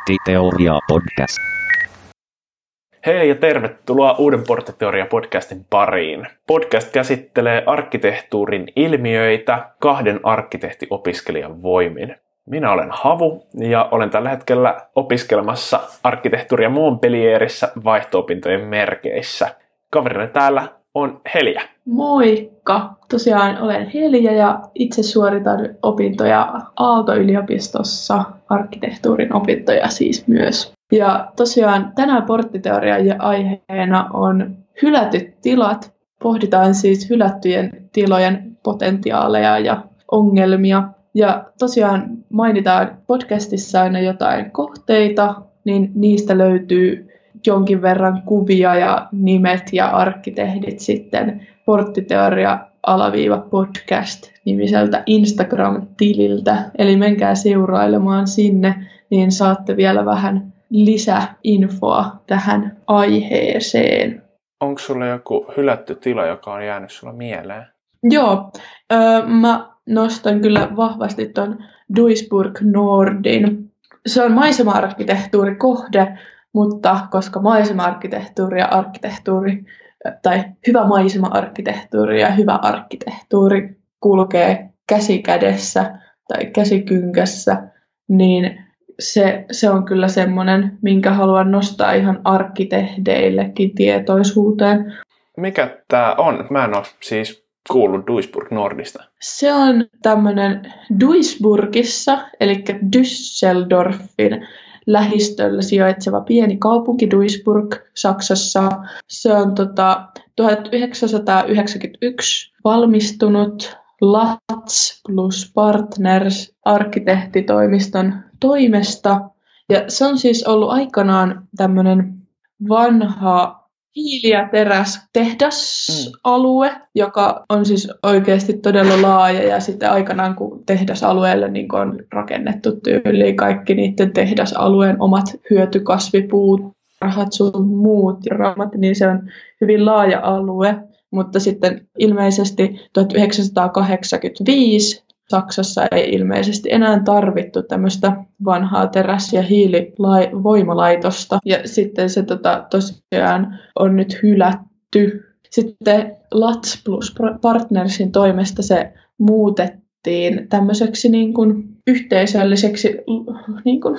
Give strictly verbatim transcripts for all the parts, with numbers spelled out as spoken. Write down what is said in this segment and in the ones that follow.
Porttiteoria podcast. Hei ja tervetuloa uuden Porttiteoria-podcastin pariin. Podcast käsittelee arkkitehtuurin ilmiöitä kahden arkkitehtiopiskelijan voimin. Minä olen Havu ja olen tällä hetkellä opiskelemassa arkkitehtuuria Montpellierissä vaihto-opintojen merkeissä. Kaverina täällä on Heliä. Moikka! Tosiaan olen Heliä ja itse suoritan opintoja Aalto-yliopistossa, arkkitehtuurin opintoja siis myös. Ja tosiaan tänään Porttiteorian aiheena on hylätyt tilat. Pohditaan siis hylättyjen tilojen potentiaaleja ja ongelmia. Ja tosiaan mainitaan podcastissa aina jotain kohteita, niin niistä löytyy jonkin verran kuvia ja nimet ja arkkitehdit sitten Porttiteoria-podcast-nimiseltä Instagram-tililtä. Eli menkää seurailemaan sinne, niin saatte vielä vähän lisäinfoa tähän aiheeseen. Onko sulla joku hylätty tila, joka on jäänyt sulla mieleen? Joo, öö, mä nostan kyllä vahvasti ton Duisburg Nordin. Se on maisema-arkkitehtuurikohde, mutta koska maisema-arkkitehtuuri ja arkkitehtuuri, tai hyvä maisema-arkkitehtuuri ja hyvä arkkitehtuuri kulkee käsi kädessä tai käsikynkässä, niin se, se on kyllä semmoinen, minkä haluan nostaa ihan arkkitehdeillekin tietoisuuteen. Mikä tää on? Mä en ole siis kuullut Duisburg Nordista. Se on tämmöinen Duisburgissa, eli Düsseldorfin lähistöllä sijaitseva pieni kaupunki Duisburg Saksassa. Se on tota, tuhatyhdeksänsataayhdeksänkymmentäyksi valmistunut Latz plus Partners arkkitehtitoimiston toimesta. Ja se on siis ollut aikanaan tämmöinen vanha hiili- ja terästehdasalue, mm. joka on siis oikeasti todella laaja. Ja sitten aikanaan, kun tehdasalueelle niin kun on rakennettu tyyliin kaikki niiden tehdasalueen omat hyötykasvipuut, rahat sun muut ja raamat, niin se on hyvin laaja alue. Mutta sitten ilmeisesti tuhatyhdeksänsataakahdeksankymmentäviisi Saksassa ei ilmeisesti enää tarvittu tämmöistä vanhaa teräs- ja hiilivoimalaitosta. Ja sitten se tota, tosiaan on nyt hylätty. Sitten Latz plus Partnersin toimesta se muutettiin tämmöiseksi niin kuin yhteisölliseksi niin kuin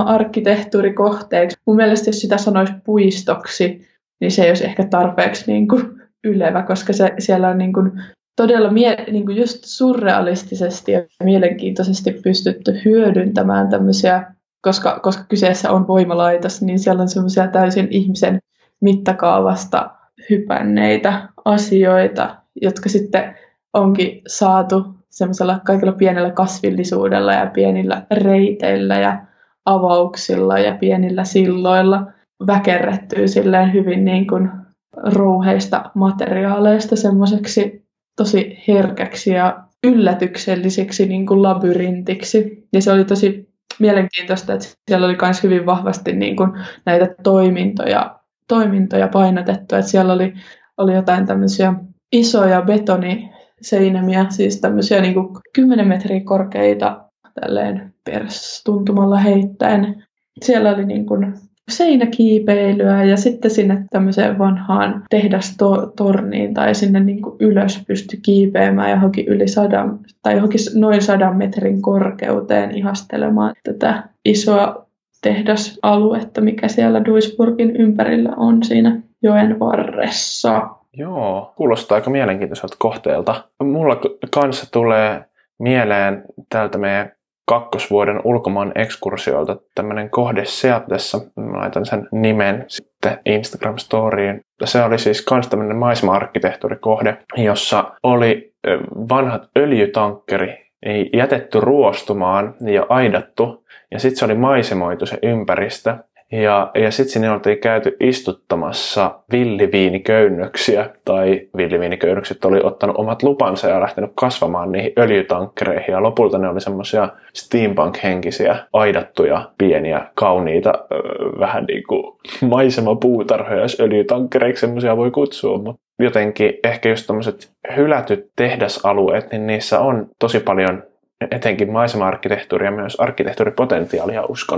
maisema-arkkitehtuurikohteeksi. Mun mielestä jos sitä sanoisi puistoksi, niin se ei olisi ehkä tarpeeksi niin kuin ylevä, koska se, siellä on niin kuin todella mie- niin kuin just surrealistisesti ja mielenkiintoisesti pystytty hyödyntämään tämmöisiä, koska, koska kyseessä on voimalaitos, niin siellä on semmoisia täysin ihmisen mittakaavasta hypänneitä asioita, jotka sitten onkin saatu semmoisella kaikilla pienellä kasvillisuudella ja pienillä reiteillä ja avauksilla ja pienillä silloilla väkerrettyä silleen hyvin niin kuin rouheista materiaaleista semmoiseksi tosi herkäksi ja yllätykselliseksi niin kuin labyrintiksi. Ja se oli tosi mielenkiintoista, että siellä oli myös hyvin vahvasti niin kuin näitä toimintoja, toimintoja painotettu. Että siellä oli, oli jotain tämmöisiä isoja betoniseinämiä, siis tämmöisiä niin kuin kymmenen metriä korkeita tälleen perstuntumalla heittäen. Siellä oli niin kuin seinäkiipeilyä ja sitten sinne tämmöiseen vanhaan tehdastorniin tai sinne niin kuin ylös pystyi kiipeämään johonkin yli sadan tai johonkin noin sadan metrin korkeuteen ihastelemaan tätä isoa tehdasaluetta, mikä siellä Duisburgin ympärillä on siinä joen varressa. Joo, kuulostaa aika mielenkiintoiselta kohteelta. Mulla kanssa tulee mieleen täältä meidän kakkosvuoden ulkomaan ekskursioilta tämmöinen kohde Seatlessa. Mä laitan sen nimen sitten Instagram-storiin. Se oli siis kans tämmöinen maisema-arkkitehtuurikohde, jossa oli vanhat öljytankkeri jätetty ruostumaan ja aidattu. Ja sitten se oli maisemoitu se ympäristö. Ja, ja sitten sinne oltiin käyty istuttamassa villiviiniköynnöksiä, tai villiviiniköynnökset oli ottanut omat lupansa ja lähtenyt kasvamaan niihin öljytankkereihin. Ja lopulta ne oli semmoisia steampunk-henkisiä, aidattuja, pieniä, kauniita, öö, vähän niin kuin maisemapuutarhoja, jos öljytankkereiksi semmoisia voi kutsua. Mutta jotenkin ehkä just tommoset hylätyt tehdasalueet, niin niissä on tosi paljon etenkin maisema-arkkitehtuuria ja myös arkkitehtuuripotentiaalia, uskon.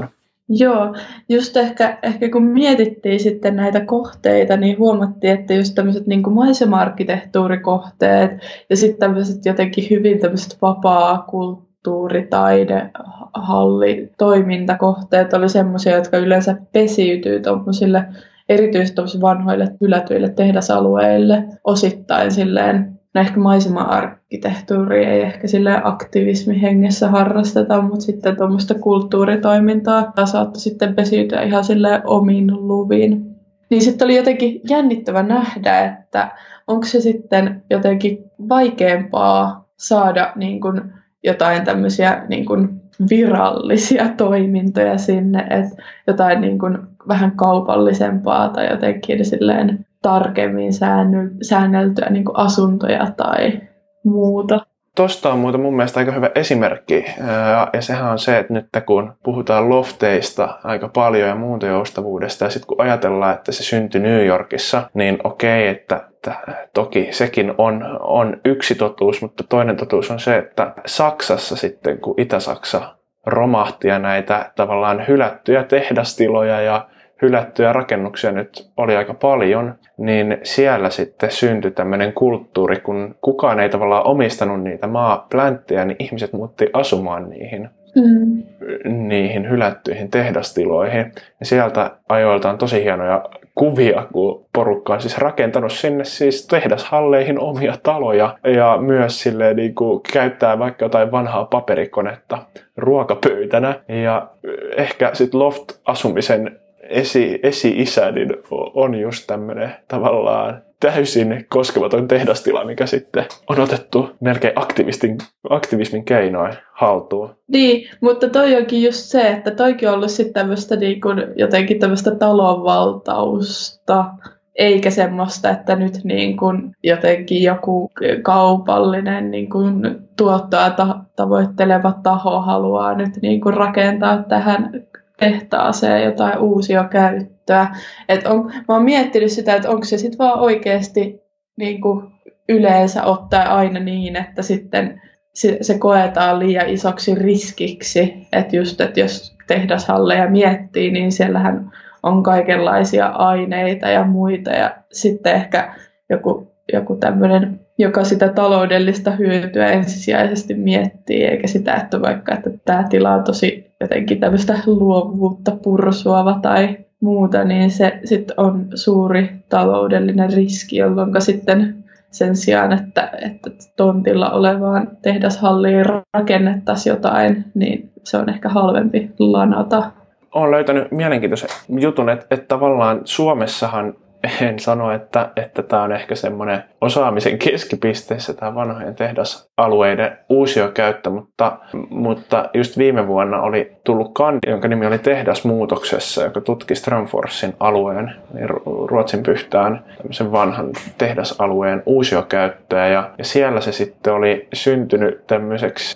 Joo, just ehkä, ehkä kun mietittiin sitten näitä kohteita, niin huomattiin, että just tämmöiset niin kuin maisema-arkkitehtuurikohteet ja sitten tämmöiset jotenkin hyvin tämmöiset vapaa-kulttuuri, taide, halli, toimintakohteet oli semmoisia, jotka yleensä pesiytyy tuommoisille erityisesti vanhoille hylätyille tehdasalueille osittain silleen. No ehkä maisema-arkkitehtuuria ei ehkä sille aktivismihengessä harrasteta, mutta sitten tuommoista kulttuuritoimintaa saattoi sitten pesiytyä ihan sille omin luvin. Niin sitten oli jotenkin jännittävä nähdä, että onko se sitten jotenkin vaikeampaa saada niin kuin jotain tämmöisiä niin kuin virallisia toimintoja sinne, että jotain niin kuin vähän kaupallisempaa tai jotenkin silleen tarkemmin säänneltyä niin kuin asuntoja tai muuta. Tuosta on muuten mun mielestä aika hyvä esimerkki, ja sehän on se, että nyt kun puhutaan lofteista aika paljon ja muuntojoustavuudesta, ja sitten kun ajatellaan, että se syntyi New Yorkissa, niin okei, että, että toki sekin on, on yksi totuus, mutta toinen totuus on se, että Saksassa sitten, kun Itä-Saksa romahti ja näitä tavallaan hylättyjä tehdastiloja ja hylättyjä rakennuksia nyt oli aika paljon, niin siellä sitten syntyi tämmöinen kulttuuri, kun kukaan ei tavallaan omistanut niitä maaplänttejä, niin ihmiset muutti asumaan niihin, mm. niihin hylättyihin tehdastiloihin. Ja sieltä ajoilta on tosi hienoja kuvia, kun porukka on siis rakentanut sinne siis tehdashalleihin omia taloja ja myös silleen niin kuin käyttää vaikka jotain vanhaa paperikonetta ruokapöytänä. Ja ehkä sitten loft-asumisen Esi, esi-isä niin on just tämmöinen tavallaan täysin koskematon tehdastila, mikä sitten on otettu melkein aktivistin, aktivismin keinoin haltuun. Niin, mutta toi onkin just se, että toikin on ollut sitten tämmöistä niin kuin jotenkin tämmöistä talonvaltausta, eikä semmoista, että nyt niin kuin jotenkin joku kaupallinen niin kuin tuottoa ta- tavoitteleva taho haluaa nyt niin kuin rakentaa tähän tehtaaseen jotain uusia käyttöä. Et on, mä oon miettinyt sitä, että onko se sitten vaan oikeasti niin kuin yleensä ottaa aina niin, että sitten se, se koetaan liian isoksi riskiksi. Että just, että jos tehdashalleja miettii, niin siellähän on kaikenlaisia aineita ja muita. Ja sitten ehkä joku, joku tämmöinen, joka sitä taloudellista hyötyä ensisijaisesti miettii, eikä sitä, että vaikka että tämä tila on tosi jotenkin tämmöistä luovuutta pursuava tai muuta, niin se sitten on suuri taloudellinen riski, jolloin sitten sen sijaan, että, että tontilla olevaan tehdashalliin rakennettaisiin jotain, niin se on ehkä halvempi lanata. Olen löytänyt mielenkiintoisen jutun, että, että tavallaan Suomessahan en sano, että, että tämä on ehkä semmoinen osaamisen keskipisteessä tämä vanhojen tehdasalueiden uusiokäyttö, mutta, mutta just viime vuonna oli tullut kandi, jonka nimi oli Tehdasmuutoksessa, joka tutki Strömforsin alueen, niin Ruotsin Pyhtään, tämmöisen vanhan tehdasalueen uusiokäyttöä. Ja, ja siellä se sitten oli syntynyt tämmöiseksi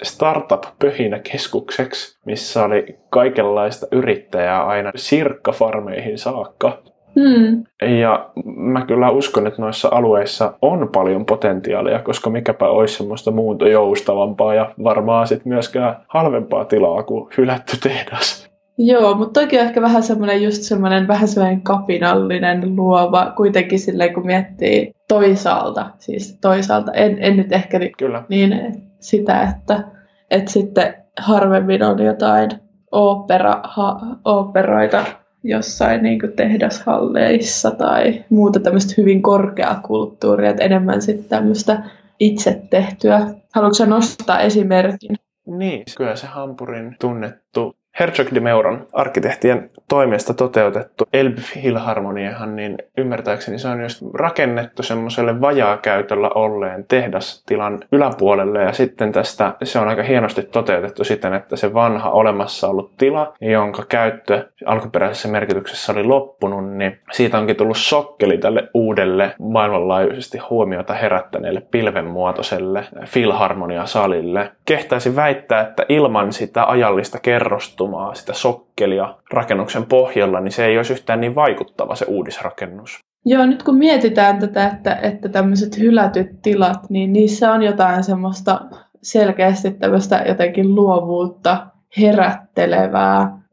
startup-pöhinäkeskukseksi, missä oli kaikenlaista yrittäjää aina sirkkafarmeihin saakka. Hmm. Ja mä kyllä uskon, että noissa alueissa on paljon potentiaalia, koska mikäpä olisi semmoista muuta joustavampaa ja varmaan sit myöskään halvempaa tilaa kuin hylätty tehdas. Joo, mutta toki on ehkä vähän semmoinen just semmoinen vähän semmoinen kapinallinen luova, kuitenkin silleen kun miettii toisaalta, siis toisaalta, en, en nyt ehkä kyllä. Niin sitä, että, että sitten harvemmin on jotain opera, ha, operoita jossain niin kuin tehdashalleissa tai muuta tämmöistä hyvin korkeaa kulttuuria, että enemmän sitten tämmöistä itse tehtyä. Haluatko sä nostaa esimerkin? Niin, kyllä se Hampurin tunnettu Herzog de Meuron arkkitehtien toimesta toteutettu Elbphilharmoniahan, niin ymmärtääkseni se on just rakennettu semmoiselle vajaakäytöllä olleen tehdastilan yläpuolelle ja sitten tästä se on aika hienosti toteutettu siten, että se vanha olemassa ollut tila, jonka käyttö alkuperäisessä merkityksessä oli loppunut, niin siitä onkin tullut sokkeli tälle uudelle maailmanlaajuisesti huomiota herättäneelle pilvenmuotoiselle Philharmonia-salille. Kehtaisin väittää, että ilman sitä ajallista kerrostumaa, sitä sokkelia rakennuksen pohjalla, niin se ei olisi yhtään niin vaikuttava se uudisrakennus. Joo, nyt kun mietitään tätä, että, että tämmöiset hylätyt tilat, niin niissä on jotain semmoista selkeästi tämmöistä jotenkin luovuutta herättelevää,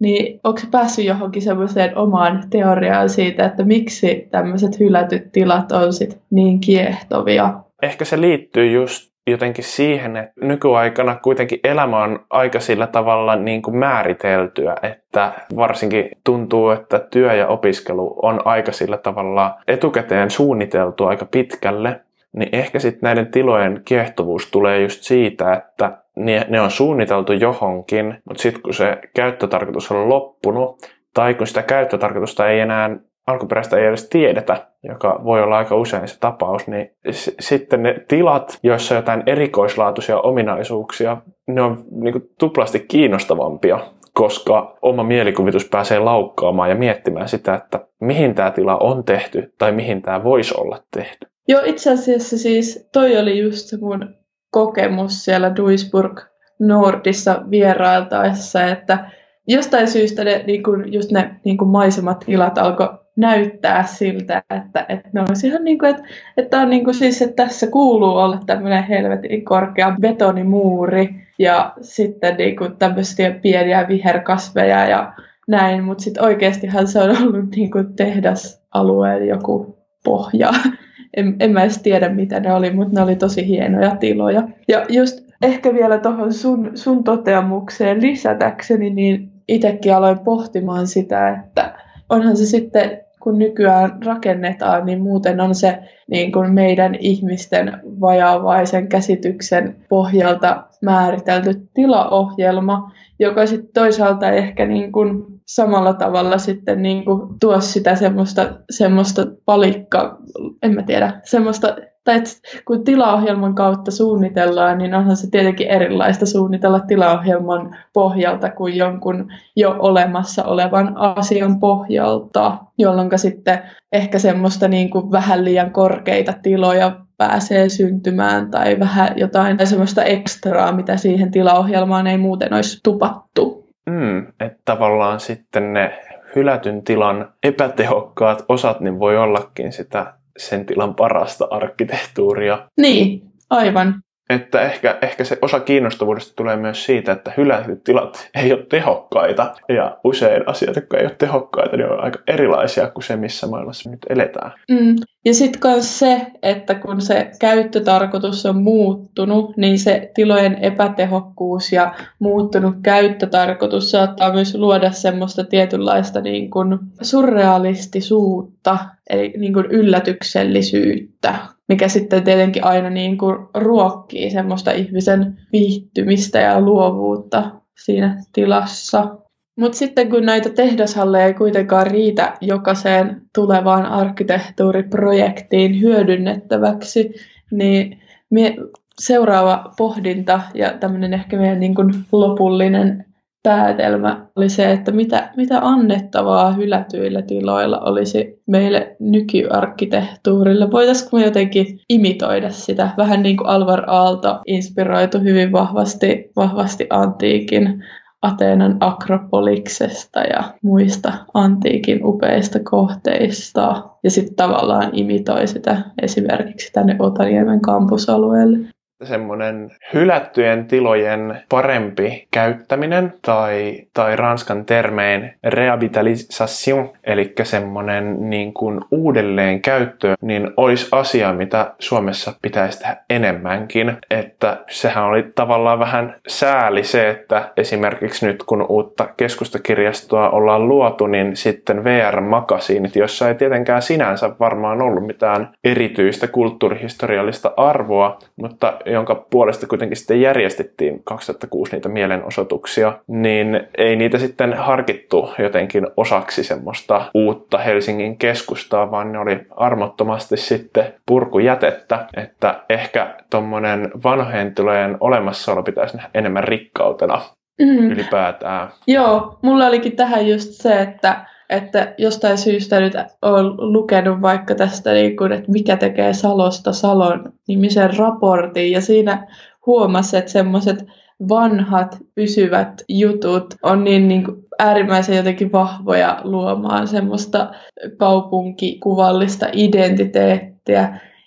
niin onko se päässyt johonkin semmoiseen omaan teoriaan siitä, että miksi tämmöiset hylätyt tilat on sit niin kiehtovia? Ehkä se liittyy just jotenkin siihen, että nykyaikana kuitenkin elämä on aika sillä tavalla niin kuin määriteltyä, että varsinkin tuntuu, että työ ja opiskelu on aika sillä tavalla etukäteen suunniteltu aika pitkälle, niin ehkä sitten näiden tilojen kiehtovuus tulee just siitä, että ne on suunniteltu johonkin, mutta sitten kun se käyttötarkoitus on loppunut, tai kun sitä käyttötarkoitusta ei enää alkuperäistä ei edes tiedetä, joka voi olla aika usein se tapaus, niin s- sitten ne tilat, joissa on jotain erikoislaatuisia ominaisuuksia, ne on niin kuin tuplasti kiinnostavampia, koska oma mielikuvitus pääsee laukkaamaan ja miettimään sitä, että mihin tämä tila on tehty tai mihin tämä voisi olla tehty. Joo, itse asiassa siis toi oli just se mun kokemus siellä Duisburg Nordissa vierailtaessa, että jostain syystä ne, niin kuin, just ne niin kuin maisematilat alkoi näyttää siltä, että, että ne olisi ihan niin kuin, että, että, on niin kuin siis, että tässä kuuluu olla tämmöinen helvetin korkea betonimuuri ja sitten niin kuin tämmöisiä pieniä viherkasveja ja näin, mutta sitten oikeastihan se on ollut niin kuin tehdasalueen joku pohja. En, en mä edes tiedä, mitä ne oli, mutta ne oli tosi hienoja tiloja. Ja just ehkä vielä tuohon sun, sun toteamukseen lisätäkseni, niin itsekin aloin pohtimaan sitä, että onhan se sitten, kun nykyään rakennetaan, niin muuten on se niin kuin meidän ihmisten vajaavaisen käsityksen pohjalta määritelty tilaohjelma, joka sitten toisaalta ehkä niin kuin samalla tavalla sitten niin kuin tuo sitä semmoista, semmoista palikka, en mä tiedä, semmoista, tai et kun tilaohjelman kautta suunnitellaan, niin onhan se tietenkin erilaista suunnitella tilaohjelman pohjalta kuin jonkun jo olemassa olevan asian pohjalta, jolloin sitten ehkä semmoista niin kuin vähän liian korkeita tiloja pääsee syntymään tai vähän jotain semmoista ekstraa, mitä siihen tilaohjelmaan ei muuten olisi tupattu. Mm, että tavallaan sitten ne hylätyn tilan epätehokkaat osat niin voi ollakin sitä sen tilan parasta arkkitehtuuria. Niin, aivan. Että ehkä, ehkä se osa kiinnostavuudesta tulee myös siitä, että hylätyt tilat ei ole tehokkaita. Ja usein asiat, jotka ei ole tehokkaita, niin on aika erilaisia kuin se, missä maailmassa nyt eletään. Mm. Ja sitten myös se, että kun se käyttötarkoitus on muuttunut, niin se tilojen epätehokkuus ja muuttunut käyttötarkoitus saattaa myös luoda semmoista tietynlaista niin kuin surrealistisuutta, eli niin kuin yllätyksellisyyttä, mikä sitten tietenkin aina niin kuin ruokkii semmoista ihmisen viihtymistä ja luovuutta siinä tilassa. Mutta sitten kun näitä tehdashalleja ei kuitenkaan riitä jokaiseen tulevaan arkkitehtuuriprojektiin hyödynnettäväksi, niin mie- seuraava pohdinta ja tämmöinen ehkä meidän niin kuin lopullinen päätelmä oli se, että mitä, mitä annettavaa hylätyillä tiloilla olisi meille nykyarkkitehtuurille. Voitaisiinko me jotenkin imitoida sitä, vähän niin kuin Alvar Aalto inspiroitu hyvin vahvasti, vahvasti antiikin Ateenan Akropoliksesta ja muista antiikin upeista kohteista. Ja sitten tavallaan imitoi sitä esimerkiksi tänne Otaniemen kampusalueelle. Semmoinen hylättyjen tilojen parempi käyttäminen tai, tai ranskan termein rehabilitation, eli semmoinen niin kuin uudelleen käyttö, niin olisi asia, mitä Suomessa pitäisi tehdä enemmänkin. Että sehän oli tavallaan vähän sääli se, että esimerkiksi nyt kun uutta keskustakirjastoa ollaan luotu, niin sitten V R-makasiinit, jossa ei tietenkään sinänsä varmaan ollut mitään erityistä kulttuurihistoriallista arvoa, mutta jonka puolesta kuitenkin sitten järjestettiin kaksituhattakuusi niitä mielenosoituksia, niin ei niitä sitten harkittu jotenkin osaksi semmoista uutta Helsingin keskustaa, vaan ne oli armottomasti sitten purkujätettä, että ehkä tommonen vanhojen tilojen olemassaolo pitäisi nähdä enemmän rikkautena mm. ylipäätään. Joo, mulla olikin tähän just se, että Että jostain syystä nyt olen lukenut vaikka tästä, että mikä tekee Salosta Salon nimisen raportin. Ja siinä huomasi, että semmoiset vanhat pysyvät jutut on niin, niin kuin äärimmäisen jotenkin vahvoja luomaan semmoista kaupunkikuvallista identiteettiä.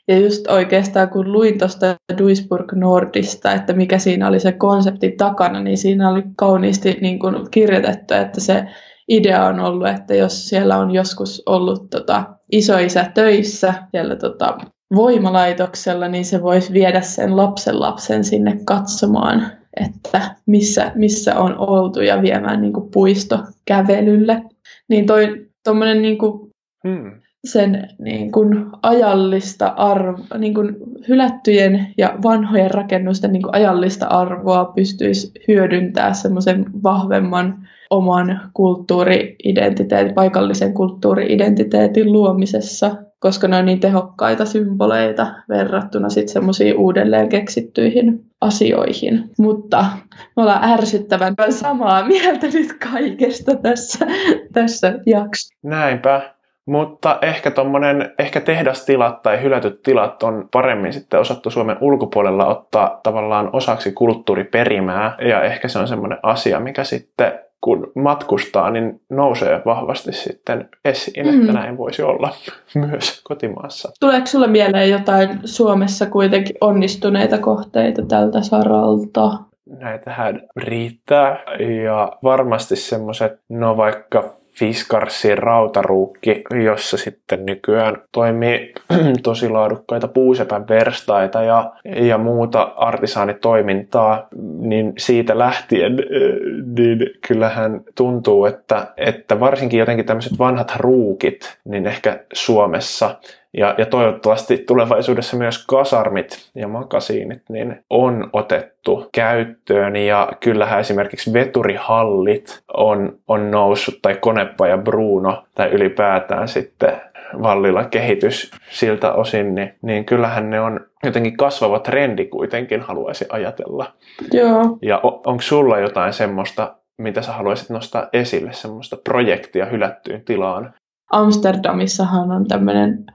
Ja just oikeastaan kun luin tuosta Duisburg Nordista, että mikä siinä oli se konsepti takana, niin siinä oli kauniisti niin kuin kirjoitettu, että se idea on ollut, että jos siellä on joskus ollut tota, isoisä töissä siellä tota, voimalaitoksella, niin se voisi viedä sen lapsen lapsen sinne katsomaan, että missä, missä on oltu ja viemään niin kuin puistokävelylle. Niin toi tommonen niin kuin hmm. sen niin kuin ajallista arvoa, niin kuin hylättyjen ja vanhojen rakennusten niin kuin ajallista arvoa pystyisi hyödyntämään semmoisen vahvemman oman kulttuuri-identiteetin, paikallisen kulttuuri-identiteetin luomisessa, koska ne on niin tehokkaita symboleita verrattuna sitten semmoisiin uudelleen keksittyihin asioihin. Mutta me ollaan ärsyttävän samaa mieltä nyt kaikesta tässä, tässä jaksossa. Näinpä. Mutta ehkä tommonen, ehkä tehdastilat tai hylätyt tilat on paremmin sitten osattu Suomen ulkopuolella ottaa tavallaan osaksi kulttuuriperimää. Ja ehkä se on semmoinen asia, mikä sitten kun matkustaa, niin nousee vahvasti sitten esiin, että mm. näin voisi olla myös kotimaassa. Tuleeko sulle mieleen jotain Suomessa kuitenkin onnistuneita kohteita tältä saralta? Näitähän riittää ja varmasti semmoiset, no vaikka Fiskarsin rautaruukki, jossa sitten nykyään toimii tosi laadukkaita puusepän verstaita ja, ja muuta artisaanitoimintaa, niin siitä lähtien niin kyllähän tuntuu, että, että varsinkin jotenkin tämmöiset vanhat ruukit, niin ehkä Suomessa ja, ja toivottavasti tulevaisuudessa myös kasarmit ja makasiinit niin on otettu käyttöön. Ja kyllähän esimerkiksi veturihallit on, on noussut, tai Konepaja Bruno, tai ylipäätään sitten Vallilla kehitys siltä osin, niin, niin kyllähän ne on jotenkin kasvava trendi kuitenkin, haluaisin ajatella. Joo. Ja on, onko sulla jotain semmoista, mitä sä haluaisit nostaa esille, semmoista projektia hylättyyn tilaan? Amsterdamissahan on tämmöinen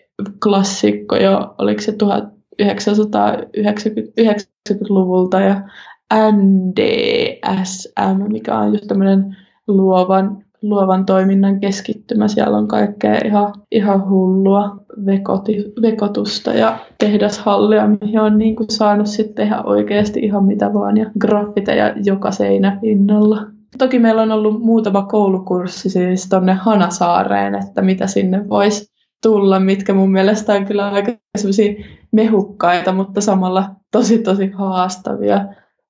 klassikko jo, oliko se tuhatyhdeksänsataayhdeksänkymmentäluvulta ja N D S M, mikä on just tämmöinen luovan, luovan toiminnan keskittymä. Siellä on kaikkea ihan, ihan hullua vekoti, vekotusta ja tehdashallia, mihin on niin kuin saanut sitten ihan oikeasti ihan mitä vaan ja graffiteja joka seinäpinnalla. Toki meillä on ollut muutama koulukurssi siis tonne Hanasaareen, että mitä sinne voisi tulla, mitkä mun mielestä on kyllä aika semmoisia mehukkaita, mutta samalla tosi tosi haastavia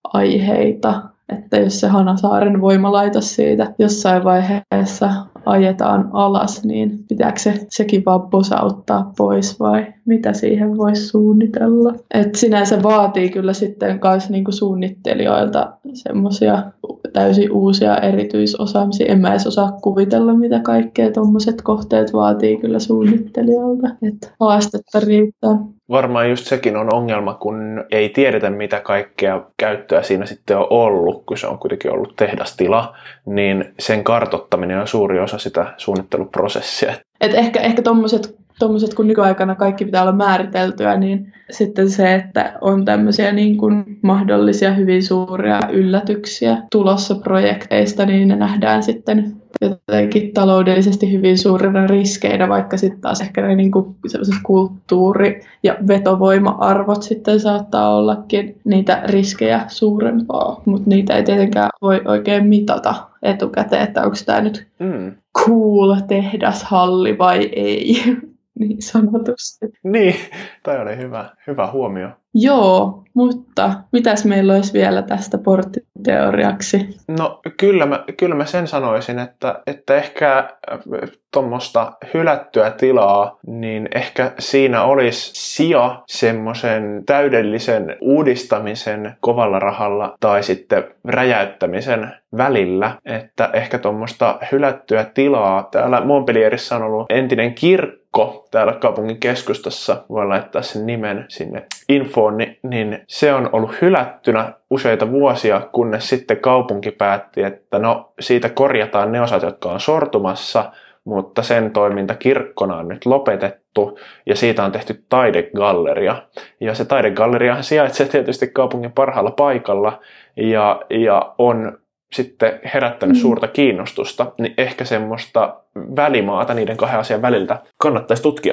aiheita. Että jos se Hanasaaren voimalaitos siitä jossain vaiheessa ajetaan alas, niin pitääkö se sekin vaan posauttaa pois vai mitä siihen voisi suunnitella? Et sinänsä vaatii kyllä sitten myös niinku suunnittelijoilta semmoisia täysin uusia erityisosaamisia. En mä edes osaa kuvitella, mitä kaikkea tuommoiset kohteet vaatii kyllä suunnittelijoilta. Et haastetta riittää. Varmaan just sekin on ongelma, kun ei tiedetä, mitä kaikkea käyttöä siinä sitten on ollut, kun se on kuitenkin ollut tehdastila, niin sen kartoittaminen on suuri osa sitä suunnitteluprosessia. Et ehkä ehkä tommoset, tommoset, kun nykyaikana kaikki pitää olla määriteltyä, niin sitten se, että on tämmöisiä niin kuin mahdollisia hyvin suuria yllätyksiä tulossa projekteista, niin ne nähdään sitten jotenkin taloudellisesti hyvin suurina riskeinä, vaikka sitten taas ehkä ne niin kuin sellaiset kulttuuri- ja vetovoima-arvot sitten saattaa ollakin niitä riskejä suurempaa, mutta niitä ei tietenkään voi oikein mitata etukäteen, että onko tämä nyt mm. cool tehdashalli vai ei, niin sanotusti. Niin, toi oli hyvä, hyvä huomio. Joo, mutta mitäs meillä olisi vielä tästä porttiteoriaksi? No kyllä mä, kyllä mä sen sanoisin, että, että ehkä tuommoista hylättyä tilaa, niin ehkä siinä olisi sija semmoisen täydellisen uudistamisen kovalla rahalla tai sitten räjäyttämisen välillä, että ehkä tuommoista hylättyä tilaa, täällä Montpellierissä on ollut entinen kirkko täällä kaupungin keskustassa, voi laittaa sen nimen sinne infoon, niin, niin se on ollut hylättynä useita vuosia, kunnes sitten kaupunki päätti, että no siitä korjataan ne osat, jotka on sortumassa, mutta sen toiminta kirkkona on nyt lopetettu ja siitä on tehty taidegalleria. Ja se taidegalleriahan sijaitsee tietysti kaupungin parhaalla paikalla ja, ja on sitten herättänyt mm. suurta kiinnostusta, niin ehkä semmoista välimaata niiden kahden asian väliltä kannattaisi tutkia.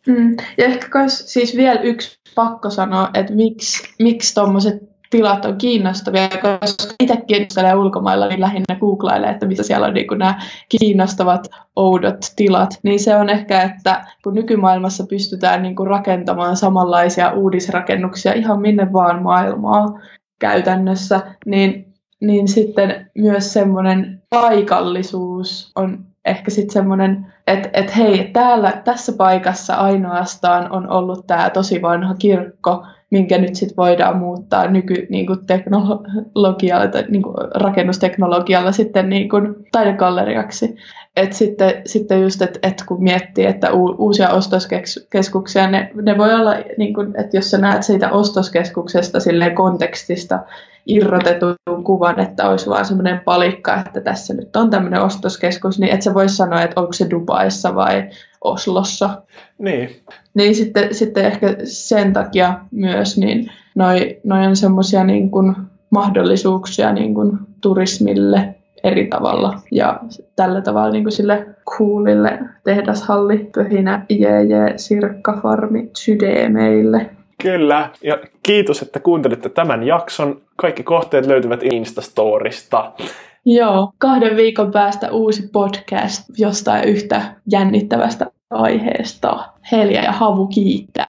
Mm. Ja ehkä kans, siis vielä yksi pakko sanoa, että miksi, miksi tuommoiset tilat on kiinnostavia, koska itse kiinnostelee ulkomailla, niin lähinnä googlailee, että missä siellä on niin nämä kiinnostavat oudot tilat. Niin se on ehkä, että kun nykymaailmassa pystytään niin kuin rakentamaan samanlaisia uudisrakennuksia ihan minne vaan maailmaa käytännössä, niin, niin sitten myös semmoinen paikallisuus on ehkä sitten semmoinen, että et hei, täällä, tässä paikassa ainoastaan on ollut tämä tosi vanha kirkko, minkä nyt sitten voidaan muuttaa nyky niin kuin teknologialla tai niin kuin rakennusteknologialla sitten niin kuin taidegalleriaksi. Et sitten, sitten just, että et kun miettii, että u, uusia ostoskeskuksia, ne, ne voi olla, niin kuin, että jos sä näet siitä ostoskeskuksesta silleen kontekstista irrotetun kuvan, että olisi vaan semmoinen palikka, että tässä nyt on tämmöinen ostoskeskus, niin et sä voi sanoa, että onko se Dubaissa vai Oslossa. Niin. Niin sitten, sitten ehkä sen takia myös, niin noi, noi on semmoisia niin kuin mahdollisuuksia niin kuin turismille eri tavalla. Ja tällä tavalla niin kuin sille coolille tehdashalli, pöhinä, jeje, sirkkafarmi, sydämeille. Kyllä, ja kiitos, että kuuntelitte tämän jakson. Kaikki kohteet löytyvät Instastorista. Joo, kahden viikon päästä uusi podcast jostain yhtä jännittävästä aiheesta. Helja ja Havu kiittää.